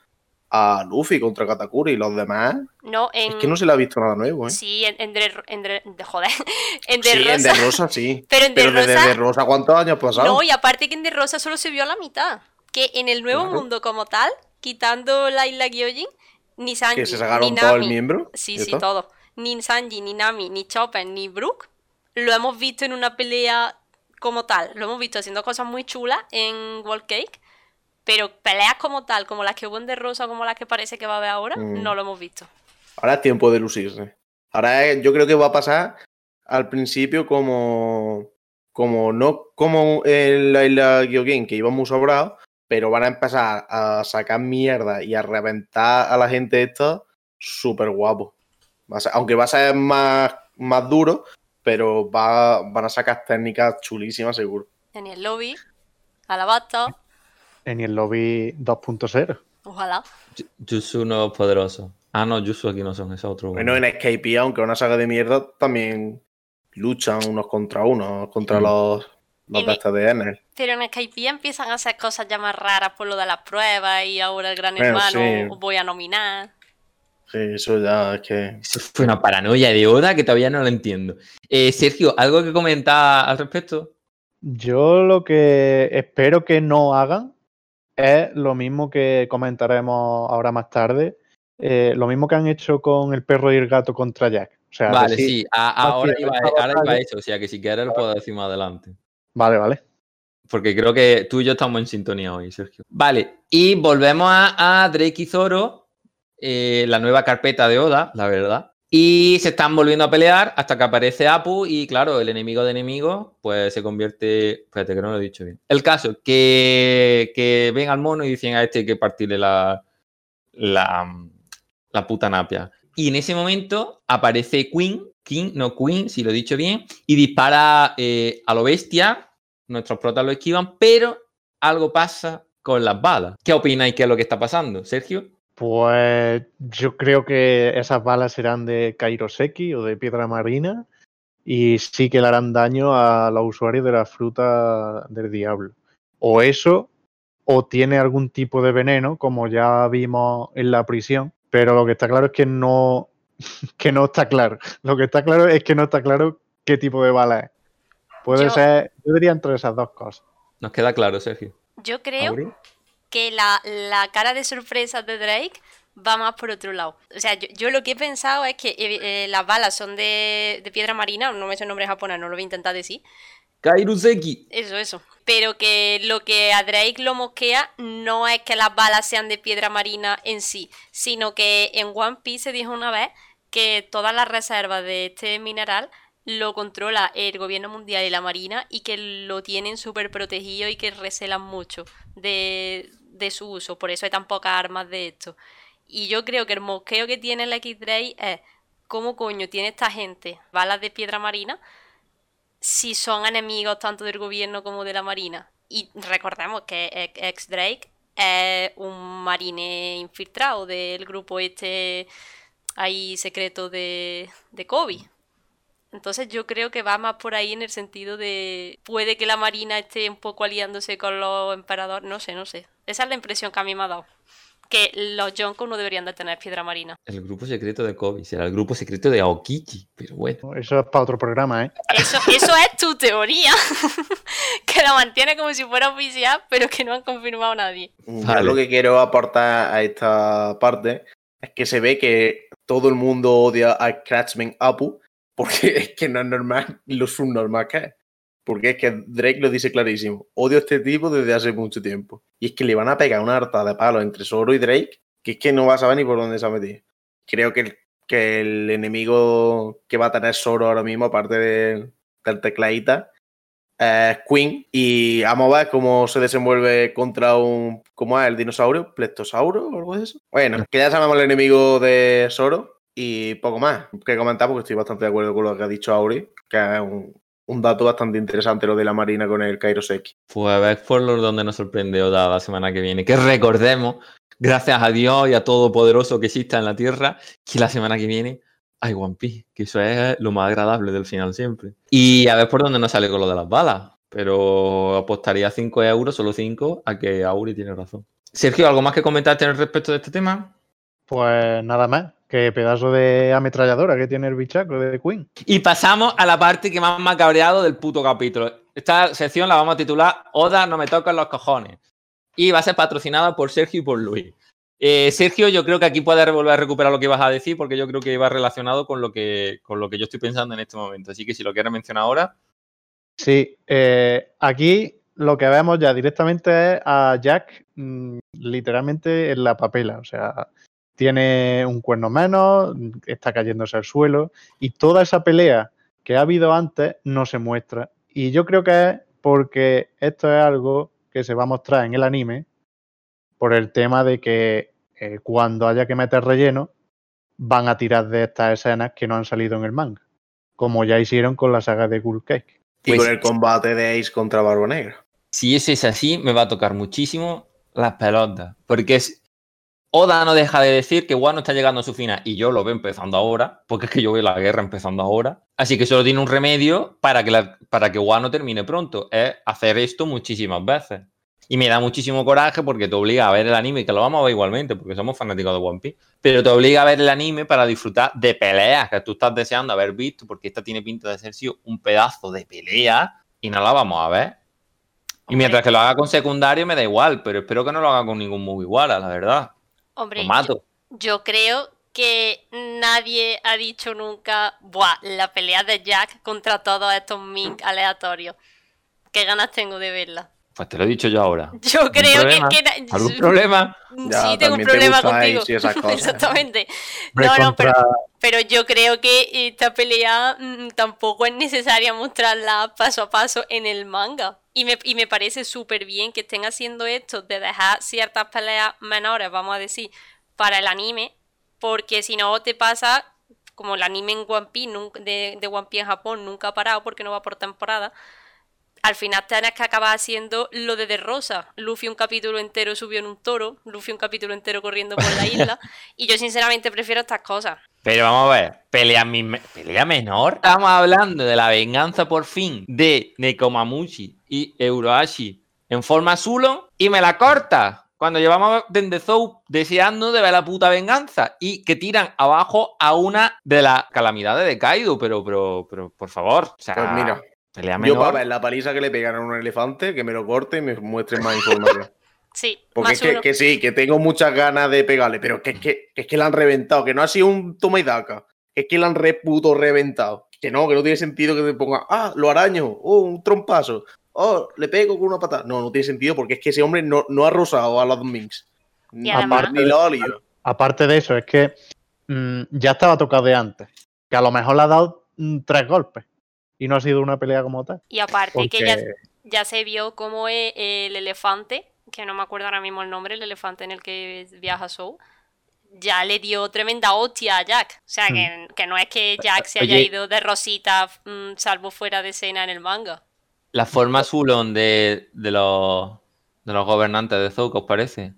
a Luffy contra Katakuri y los demás. No, en... Es que no se le ha visto nada nuevo, ¿eh? Sí, en, en, Dre- en Dre- de- joder, en Sí, en Dressrosa. Dressrosa sí. Pero en Pero desde Dressrosa- Dressrosa, ¿cuántos años pasaron? No, y aparte que en Dressrosa solo se vio a la mitad. Que en el nuevo Claro. mundo como tal, quitando la isla Gyojin, ni Sanji, Que se ni sacaron Nami, todo el miembro. sí, ¿y sí, esto? todo. Ni Sanji, ni Nami, ni Chopper, ni Brook lo hemos visto en una pelea como tal. Lo hemos visto haciendo cosas muy chulas en World Cake, pero peleas como tal, como las que hubo en Dressrosa, como las que parece que va a haber ahora, Mm. no lo hemos visto. Ahora es tiempo de lucirse. Ahora es- yo creo que va a pasar al principio como, como no como en la isla Gyojin, que iba muy sobrado, pero van a empezar a sacar mierda y a reventar a la gente esta súper guapo. Va a ser- aunque va a ser más, más duro, pero va, van a sacar técnicas chulísimas seguro. En el lobby, a la bata, En el lobby dos punto cero. ojalá. Yu- Jutsu nuevos poderosos. Ah, no, Jutsu aquí no son, es otro. Bueno, en Escape, aunque una saga de mierda, también luchan unos contra unos, contra Mm. los, los En de el- estas de Enel. Pero en Skype empiezan a hacer cosas ya más raras por lo de las pruebas y ahora el gran Bueno, hermano sí. os voy a nominar. Sí, eso ya es que... Eso fue una paranoia de Oda que todavía no lo entiendo. Eh, Sergio, ¿algo que comentar al respecto? Yo lo que espero que no hagan es lo mismo que comentaremos ahora más tarde, eh, lo mismo que han hecho con el perro y el gato contra Jack. O sea, Vale, decir- sí, a- ahora, decir, iba, esta ahora iba batalla- eso, o sea que si quieres lo puedo decir más adelante. Vale, vale. Porque creo que tú y yo estamos en sintonía hoy, Sergio. Vale, y volvemos a, a Drake y Zoro, eh, la nueva carpeta de Oda, la verdad. Y se están volviendo a pelear hasta que aparece Apu y claro, el enemigo de enemigos pues se convierte... Espérate que no lo he dicho bien. El caso, que, que ven al mono y dicen a este hay que partirle la, la, la puta napia. Y en ese momento aparece Queen, King, no Queen, si lo he dicho bien, y dispara eh, a lo bestia. Nuestros protas lo esquivan, pero algo pasa con las balas. ¿Qué opináis que es lo que está pasando, Sergio? Pues yo creo que esas balas serán de Kairoseki o de piedra marina y sí que le harán daño a los usuarios de la fruta del diablo. O eso, o tiene algún tipo de veneno, como ya vimos en la prisión, pero lo que está claro es que no, que no está claro. Lo que está claro es que no está claro qué tipo de bala es. Puede Yo- ser, yo diría entre esas dos cosas. Nos queda claro, Sergio. Yo creo ¿Auri? que la, la cara de sorpresa de Drake va más por otro lado. O sea, yo, yo lo que he pensado es que eh, eh, las balas son de, de piedra marina, no me sé el nombre japonés, no lo voy a intentar decir. Kairuseki. Eso, eso. Pero que lo que a Drake lo mosquea no es que las balas sean de piedra marina en sí, sino que en One Piece se dijo una vez que todas las reservas de este mineral lo controla el gobierno mundial y la marina y que lo tienen súper protegido y que recelan mucho de, de su uso. Por eso hay tan pocas armas de esto. Y yo creo que el mosqueo que tiene el X-Ray es cómo coño tiene esta gente balas de piedra marina si son enemigos tanto del gobierno como de la marina. Y recordemos que X-Drake es un marine infiltrado del grupo este ahí secreto de, de Kobe. Entonces yo creo que va más por ahí en el sentido de puede que la marina esté un poco aliándose con los emperadores, no sé, no sé. Esa es la impresión que a mí me ha dado. Que los Yonko no deberían de tener piedra marina. El grupo secreto de Kobe, será el grupo secreto de Aokiji, pero bueno. Eso es para otro programa, ¿eh? Eso, eso es tu teoría, que la mantiene como si fuera oficial, pero que no han confirmado nadie. Vale. Yo lo que quiero aportar a esta parte es que se ve que todo el mundo odia a Craftsman Apu, porque es que no es normal lo subnormal que es. Porque es que Drake lo dice clarísimo. Odio a este tipo desde hace mucho tiempo. Y es que le van a pegar una harta de palos entre Zoro y Drake, que es que no va a saber ni por dónde se ha metido. Creo que el, que el enemigo que va a tener Zoro ahora mismo, aparte de, del tecladita, es Queen. Y vamos a ver cómo se desenvuelve contra un... ¿Cómo es el dinosaurio? ¿Plectosauro o algo de eso? Bueno, que ya sabemos el enemigo de Zoro. Y poco más que comentar, porque estoy bastante de acuerdo con lo que ha dicho Auri, que es un... Un dato bastante interesante lo de la marina con el Kairoseki. Pues a ver por lo donde nos sorprende Oda la semana que viene. Que recordemos, gracias a Dios y a Todopoderoso que exista en la Tierra, que la semana que viene hay One Piece. Que eso es lo más agradable del final siempre. Y a ver por dónde nos sale con lo de las balas. Pero apostaría cinco euros, solo cinco, a que Auri tiene razón. Sergio, ¿algo más que comentarte al respecto de este tema? Pues nada más. Qué pedazo de ametralladora que tiene el bichaco de Queen. Y pasamos a la parte que más me ha cabreado del puto capítulo. Esta sección la vamos a titular Oda no me tocan los cojones. Y va a ser patrocinada por Sergio y por Luis. Eh, Sergio, yo creo que aquí puedes volver a recuperar lo que ibas a decir, porque yo creo que iba relacionado con lo que, con lo que yo estoy pensando en este momento. Así que si lo quieres mencionar ahora. Sí, eh, aquí lo que vemos ya directamente es a Jack mmm, literalmente en la papela. O sea... Tiene un cuerno menos, está cayéndose al suelo y toda esa pelea que ha habido antes no se muestra. Y yo creo que es porque esto es algo que se va a mostrar en el anime por el tema de que eh, cuando haya que meter relleno van a tirar de estas escenas que no han salido en el manga, como ya hicieron con la saga de Ghoul Cake. Y pues, con el combate de Ace contra Barba Negra. Si eso es así, me va a tocar muchísimo las pelotas, porque es... Oda no deja de decir que Wano está llegando a su final y yo lo veo empezando ahora, porque es que yo veo la guerra empezando ahora. Así que solo tiene un remedio para que, la, para que Wano termine pronto, es hacer esto muchísimas veces. Y me da muchísimo coraje porque te obliga a ver el anime, que lo vamos a ver igualmente porque somos fanáticos de One Piece, pero te obliga a ver el anime para disfrutar de peleas que tú estás deseando haber visto, porque esta tiene pinta de ser sí, un pedazo de pelea y no la vamos a ver. Y mientras que lo haga con secundario me da igual, pero espero que no lo haga con ningún Mugiwara, la verdad. Hombre, yo, yo creo que nadie ha dicho nunca, buah, la pelea de Jack contra todos estos mink aleatorios. ¿Qué ganas tengo de verla? Pues te lo he dicho yo ahora. Yo creo que, que... ¿Algún problema? Sí, ya, tengo un problema contigo. Y esas cosas. Exactamente. No, no, pero, pero yo creo que esta pelea mmm, tampoco es necesaria mostrarla paso a paso en el manga. Y me, y me parece súper bien que estén haciendo esto de dejar ciertas peleas menores, vamos a decir, para el anime, porque si no te pasa, como el anime en One Piece, nunca, de, de One Piece en Japón nunca ha parado porque no va por temporada, al final tienes que acabar haciendo lo de De Rosa. Luffy un capítulo entero subió en un toro, Luffy un capítulo entero corriendo por la isla, y yo sinceramente prefiero estas cosas. Pero vamos a ver, pelea, pelea menor. Estamos hablando de la venganza por fin de Nekomamushi y Euroashi en forma Zulon y me la corta. Cuando llevamos Dendezou deseando de ver la puta venganza y que tiran abajo a una de las calamidades de Kaido, pero, pero, pero, por favor. O sea, pues mira, pelea menor. Yo para ver la paliza que le pegan a un elefante, que me lo corte y me muestre más información. Sí, porque es que, que sí, que tengo muchas ganas de pegarle, pero que es que, que es que la han reventado, que no ha sido un toma y daca, es que la han re puto reventado. Que no, que no tiene sentido que te ponga, ah, lo araño, oh, un trompazo, oh, le pego con una patada. No, no tiene sentido porque es que ese hombre no, no ha rozado a los Minx. Ni además, ni lo lío. Aparte de eso, es que mmm, ya estaba tocado de antes, que a lo mejor le ha dado mmm, tres golpes. y no ha sido una pelea como tal. Y aparte Porque... que ya, ya se vio cómo es el elefante, que no me acuerdo ahora mismo el nombre, el elefante en el que viaja Zhou, ya le dio tremenda hostia a Jack. O sea, que, hmm. que no es que Jack se haya Oye, ido de rosita, mmm, salvo fuera de escena en el manga. La forma Zulon de, de, los, de los gobernantes de Zou, ¿qué os parece?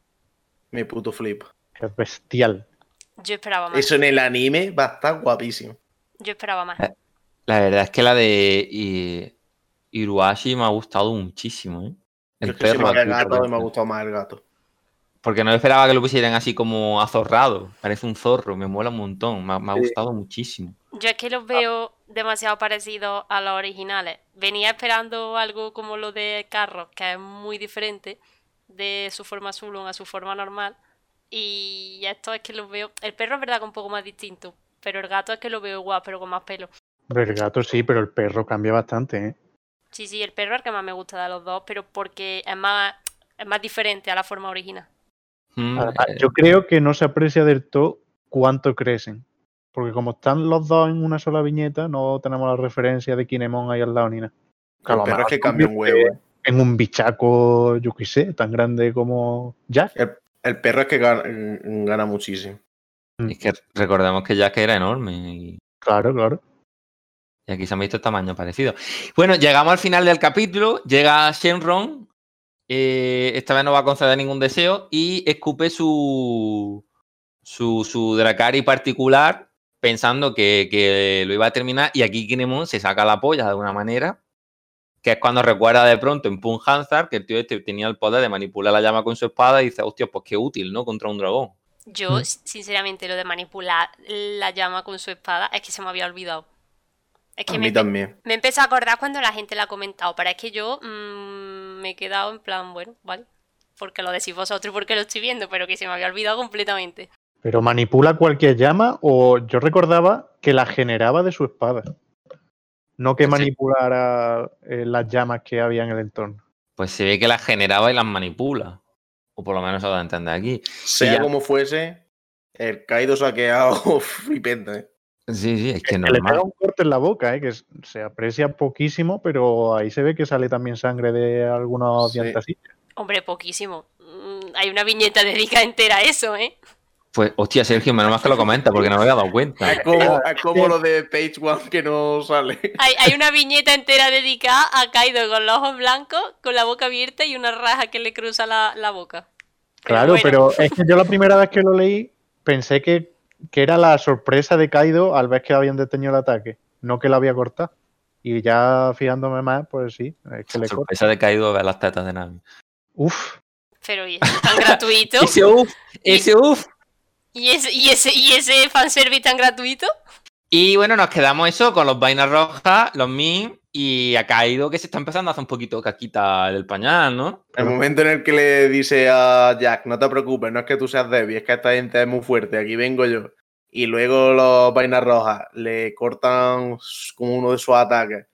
Mi puto flip. Es bestial. Yo esperaba más. Eso en el anime va a estar guapísimo. Yo esperaba más. La, la verdad es que la de I, Iruashi me ha gustado muchísimo, ¿eh? El es que perro. Si me, gato, me ha gustado más el gato. Porque no esperaba que lo pusieran así como azorrado. Parece un zorro, me mola un montón. Me, me ha sí. gustado muchísimo. Yo es que los veo demasiado parecidos a los originales. Venía esperando algo como lo de Carros, que es muy diferente de su forma Zulon a su forma normal. Y esto es que los veo... El perro es verdad que es un poco más distinto, pero el gato es que lo veo igual, pero con más pelo. El gato sí, pero el perro cambia bastante, ¿eh? Sí, sí, el perro es el que más me gusta de los dos, pero porque es más, es más diferente a la forma original. Mm, Además, yo creo que no se aprecia del todo cuánto crecen. Porque como están los dos en una sola viñeta, no tenemos la referencia de Kinemon ahí al lado ni nada. El perro es que cambia un huevo, ¿eh? En un bichaco, yo qué sé, tan grande como Jack. El, el perro es que gana, gana muchísimo. Es que recordemos que Jack era enorme. Y... Claro, claro. Y aquí se han visto tamaños parecidos. Bueno, llegamos al final del capítulo. Llega Shenron. Eh, esta vez no va a conceder ningún deseo. Y escupe su, su, su Drakari particular, pensando que, que lo iba a terminar. Y aquí Kinemon se saca la polla de alguna manera. Que es cuando recuerda de pronto en Pun Hanzar que el tío este tenía el poder de manipular la llama con su espada. Y dice, hostia, pues qué útil, ¿no? Contra un dragón. Yo, mm. sinceramente, lo de manipular la llama con su espada es que se me había olvidado. Es que a me, mí también. Me empecé a acordar cuando la gente la ha comentado, pero es que yo mmm, me he quedado en plan, bueno, vale, porque lo decís vosotros y porque lo estoy viendo, pero que se me había olvidado completamente. ¿Pero manipula cualquier llama o yo recordaba que la generaba de su espada? No que manipulara eh, las llamas que había en el entorno. Pues se ve que las generaba y las manipula. O por lo menos se lo da a entender aquí. Sea como fuese, el Kaido se ha quedado flipente, ¿eh? Sí, sí, es que, es no que le pega un corte en la boca, ¿eh? Que se aprecia poquísimo, pero ahí se ve que sale también sangre de algunos sí. dientecillos. Hombre, poquísimo. Mm, hay una viñeta dedicada entera a eso, ¿eh? Pues, hostia, Sergio, menos mal que lo comenta, porque no me había dado cuenta. Es como, es como lo de Page One que no sale. Hay, hay una viñeta entera dedicada a Kaido con los ojos blancos, con la boca abierta y una raja que le cruza la, la boca. Pero claro, bueno. Pero es que yo la primera vez que lo leí pensé que, que era la sorpresa de Kaido al ver que habían detenido el ataque, no que la había cortado. Y ya fijándome más, pues sí, es que la le sorpresa corta. De Kaido ver las tetas de Nami. Uf. Pero ¿y eso tan gratuito? Ese uf, ese uf. ¿Y ese, y ese, y ese fanservice tan gratuito? Y bueno, nos quedamos eso con los vainas rojas, los min y ha caído que se está empezando a hacer un poquito caquita del pañal, ¿no? El momento en el que le dice a Jack, no te preocupes, no es que tú seas débil, es que esta gente es muy fuerte, aquí vengo yo. Y luego los vainas rojas le cortan como uno de sus ataques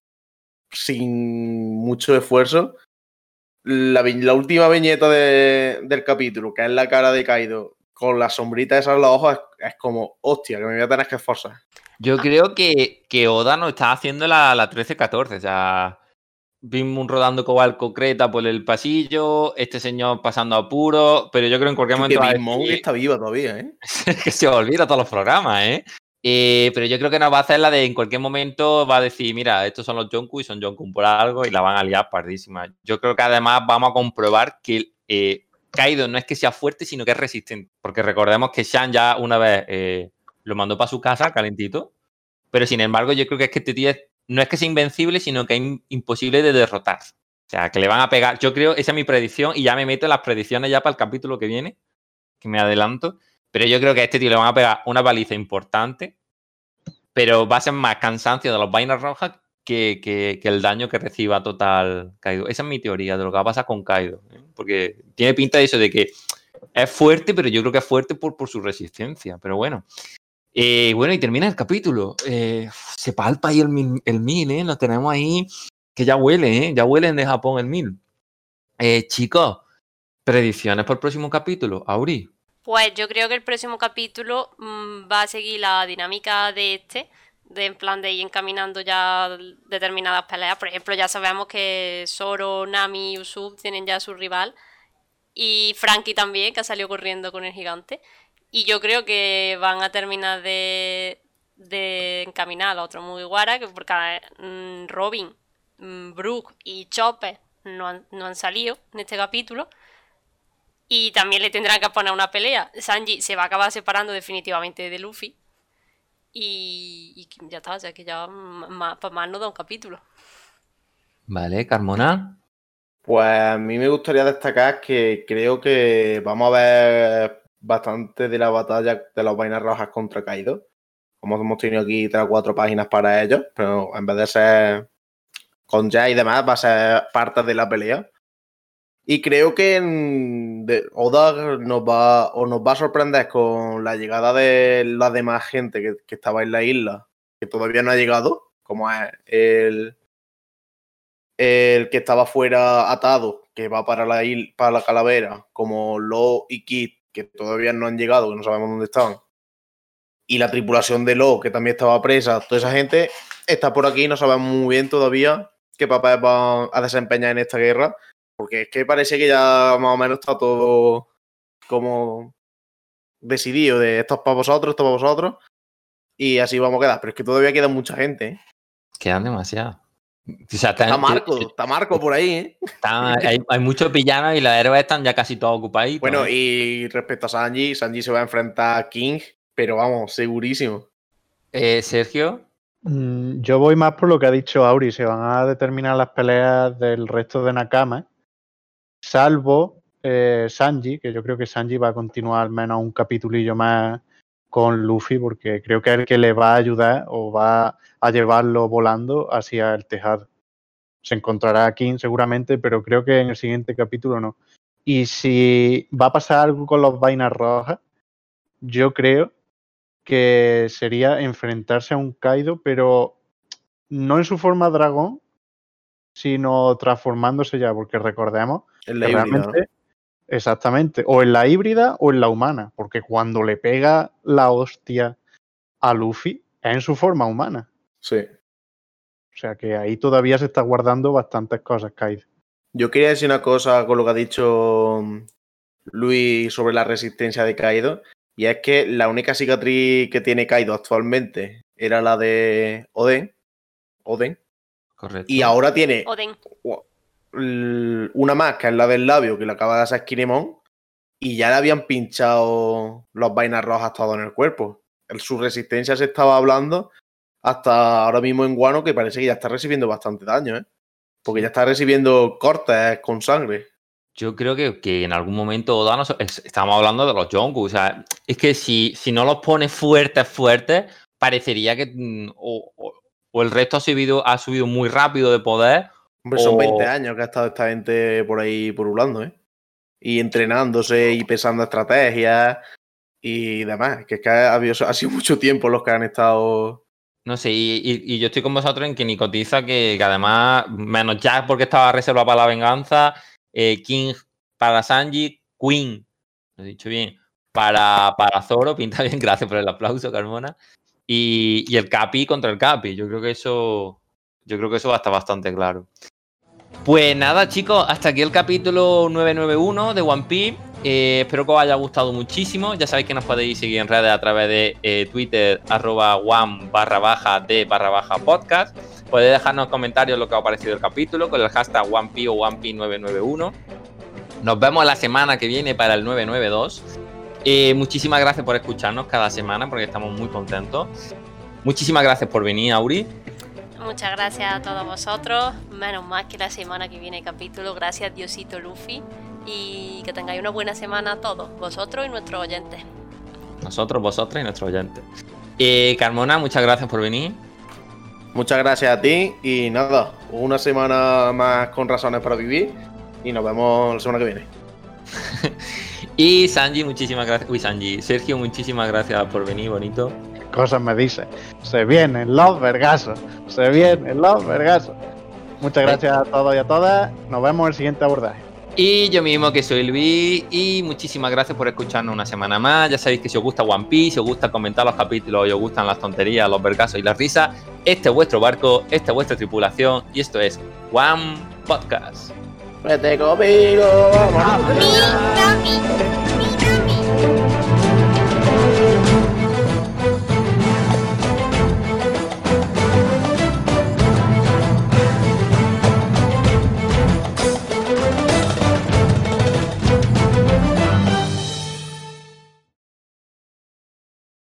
sin mucho esfuerzo. La, la última viñeta de, del capítulo, que es la cara de Kaido, con la sombrita esa en los ojos, es, es como, hostia, que me voy a tener que esforzar. Yo creo que, que Oda nos está haciendo la, la trece catorce, o sea, vimos rodando Cobalt concreta por el pasillo, este señor pasando apuros, pero yo creo que en cualquier momento... Que Big está viva todavía, ¿eh? Que se olvida todos los programas, ¿eh? ¿eh? Pero yo creo que nos va a hacer la de en cualquier momento va a decir, mira, estos son los Yonkou y son Yonkou por algo y la van a liar pardísima. Yo creo que además vamos a comprobar que... Eh, Kaido no es que sea fuerte, sino que es resistente. Porque recordemos que Shan ya una vez eh, lo mandó para su casa, calentito. Pero sin embargo, yo creo que es que este tío es, no es que sea invencible, sino que es imposible de derrotar. O sea, que le van a pegar. Yo creo, esa es mi predicción, y ya me meto en las predicciones ya para el capítulo que viene, que me adelanto. Pero yo creo que a este tío le van a pegar una paliza importante, pero va a ser más cansancio de los vainas rojas Que, que, que el daño que reciba total Kaido. Esa es mi teoría de lo que va a pasar con Kaido, ¿eh? Porque tiene pinta de eso, de que es fuerte, pero yo creo que es fuerte por, por su resistencia. Pero bueno. Eh, bueno, y termina el capítulo. Eh, se palpa ahí el mil, el mil, ¿eh? Lo tenemos ahí, que ya huele, ¿eh? Ya huelen de Japón el mil. Eh, chicos, predicciones por el próximo capítulo. Auri. Pues yo creo que el próximo capítulo mmm, va a seguir la dinámica de este, de en plan de ir encaminando ya determinadas peleas. Por ejemplo, ya sabemos que Zoro, Nami y Usopp tienen ya su rival. Y Franky también, que ha salido corriendo con el gigante. Y yo creo que van a terminar de, de encaminar a los otros Mugiwara, que porque mmm, Robin, mmm, Brook y Chopper no han, no han salido en este capítulo. Y también le tendrán que poner una pelea. Sanji se va a acabar separando definitivamente de Luffy. Y, y ya está, o sea que ya más, para más no da un capítulo. Vale, Carmona. Pues a mí me gustaría destacar que creo que vamos a ver bastante de la batalla de las vainas rojas contra Kaido. Como hemos tenido aquí tres o cuatro páginas para ellos, pero en vez de ser con Jay y demás, va a ser parte de la pelea. Y creo que en, de, Oda nos va, o nos va a sorprender con la llegada de la demás gente que, que estaba en la isla, que todavía no ha llegado, como es el, el que estaba fuera atado, que va para la, isla, para la calavera, como Law y Kid, que todavía no han llegado, que no sabemos dónde estaban. Y la tripulación de Law, que también estaba presa, toda esa gente está por aquí, no sabemos muy bien todavía qué papel van a desempeñar en esta guerra. Porque es que parece que ya más o menos está todo como decidido de esto es para vosotros, esto es para vosotros. Y así vamos a quedar. Pero es que todavía queda mucha gente, ¿eh? Quedan demasiado. O sea, está, está Marco, está Marco por ahí, ¿eh? Está, hay, hay muchos villanos y los héroes están ya casi todos ocupaditos. Bueno, ¿eh? Y respecto a Sanji, Sanji se va a enfrentar a King, pero vamos, segurísimo. Eh, Sergio. Mm, yo voy más por lo que ha dicho Auri. Se van a determinar las peleas del resto de Nakama. Salvo eh, Sanji, que yo creo que Sanji va a continuar al menos un capitulillo más con Luffy, porque creo que es el que le va a ayudar o va a llevarlo volando hacia el tejado. Se encontrará a King seguramente, pero creo que en el siguiente capítulo no. Y si va a pasar algo con los vainas rojas, yo creo que sería enfrentarse a un Kaido, pero no en su forma dragón, sino transformándose ya, porque recordemos en la que híbrida, realmente, ¿no? Exactamente, o en la híbrida o en la humana, porque cuando le pega la hostia a Luffy es en su forma humana. Sí. O sea que ahí todavía se está guardando bastantes cosas, Kaido. Yo quería decir una cosa con lo que ha dicho Luis sobre la resistencia de Kaido, y es que la única cicatriz que tiene Kaido actualmente era la de Oden. Oden. Correcto. Y ahora tiene Oden. una más, que es la del labio, que le acaba de hacer Kinemon, y ya le habían pinchado las vainas rojas todo en el cuerpo. Su resistencia se estaba hablando hasta ahora mismo en Wano, que parece que ya está recibiendo bastante daño, ¿eh? Porque ya está recibiendo cortes con sangre. Yo creo que, que en algún momento Oda nos, estamos hablando de los Yonkou. O sea, es que si, si no los pone fuertes, fuertes, parecería que o, o, o el resto ha subido, ha subido muy rápido de poder. Hombre, son veinte años que ha estado esta gente por ahí purulando, ¿eh? Y entrenándose y pensando estrategias y demás. Que es que ha, habido, ha sido mucho tiempo los que han estado... No sé, y, y, y yo estoy con vosotros en que ni cotiza que, que además, menos Jack porque estaba reservado para la venganza, eh, King para Sanji, Queen, lo he dicho bien, para, para Zoro, pinta bien, gracias por el aplauso, Carmona, y, y el Capi contra el Capi. Yo creo que eso, yo creo que eso va a estar bastante claro. Pues nada, chicos, hasta aquí el capítulo novecientos noventa y uno de One Piece. Eh, espero que os haya gustado muchísimo. Ya sabéis que nos podéis seguir en redes a través de eh, Twitter, arroba one barra baja de barra baja podcast. Podéis dejarnos en comentarios lo que os ha parecido el capítulo con el hashtag OnePi o OnePi novecientos noventa y uno. Nos vemos la semana que viene para el novecientos noventa y dos. Eh, muchísimas gracias por escucharnos cada semana porque estamos muy contentos. Muchísimas gracias por venir, Auri. Muchas gracias a todos vosotros. Menos mal que la semana que viene capítulo. Gracias, Diosito Luffy. Y que tengáis una buena semana a todos, vosotros y nuestros oyentes. Nosotros, vosotros y nuestros oyentes. Eh, Carmona, muchas gracias por venir. Muchas gracias a ti. Y nada, una semana más con razones para vivir. Y nos vemos la semana que viene. Y Sanji, muchísimas gracias. Uy, Sanji. Sergio, muchísimas gracias por venir, bonito. Cosas me dice. Se vienen los vergazos. Se vienen los vergazos. Muchas gracias a todos y a todas. Nos vemos en el siguiente abordaje. Y yo mismo, que soy Luis, y muchísimas gracias por escucharnos una semana más. Ya sabéis que si os gusta One Piece, si os gusta comentar los capítulos, y os gustan las tonterías, los vergazos y las risas, este es vuestro barco, esta es vuestra tripulación, y esto es One Podcast. Vete conmigo, vamos. Mi, mi.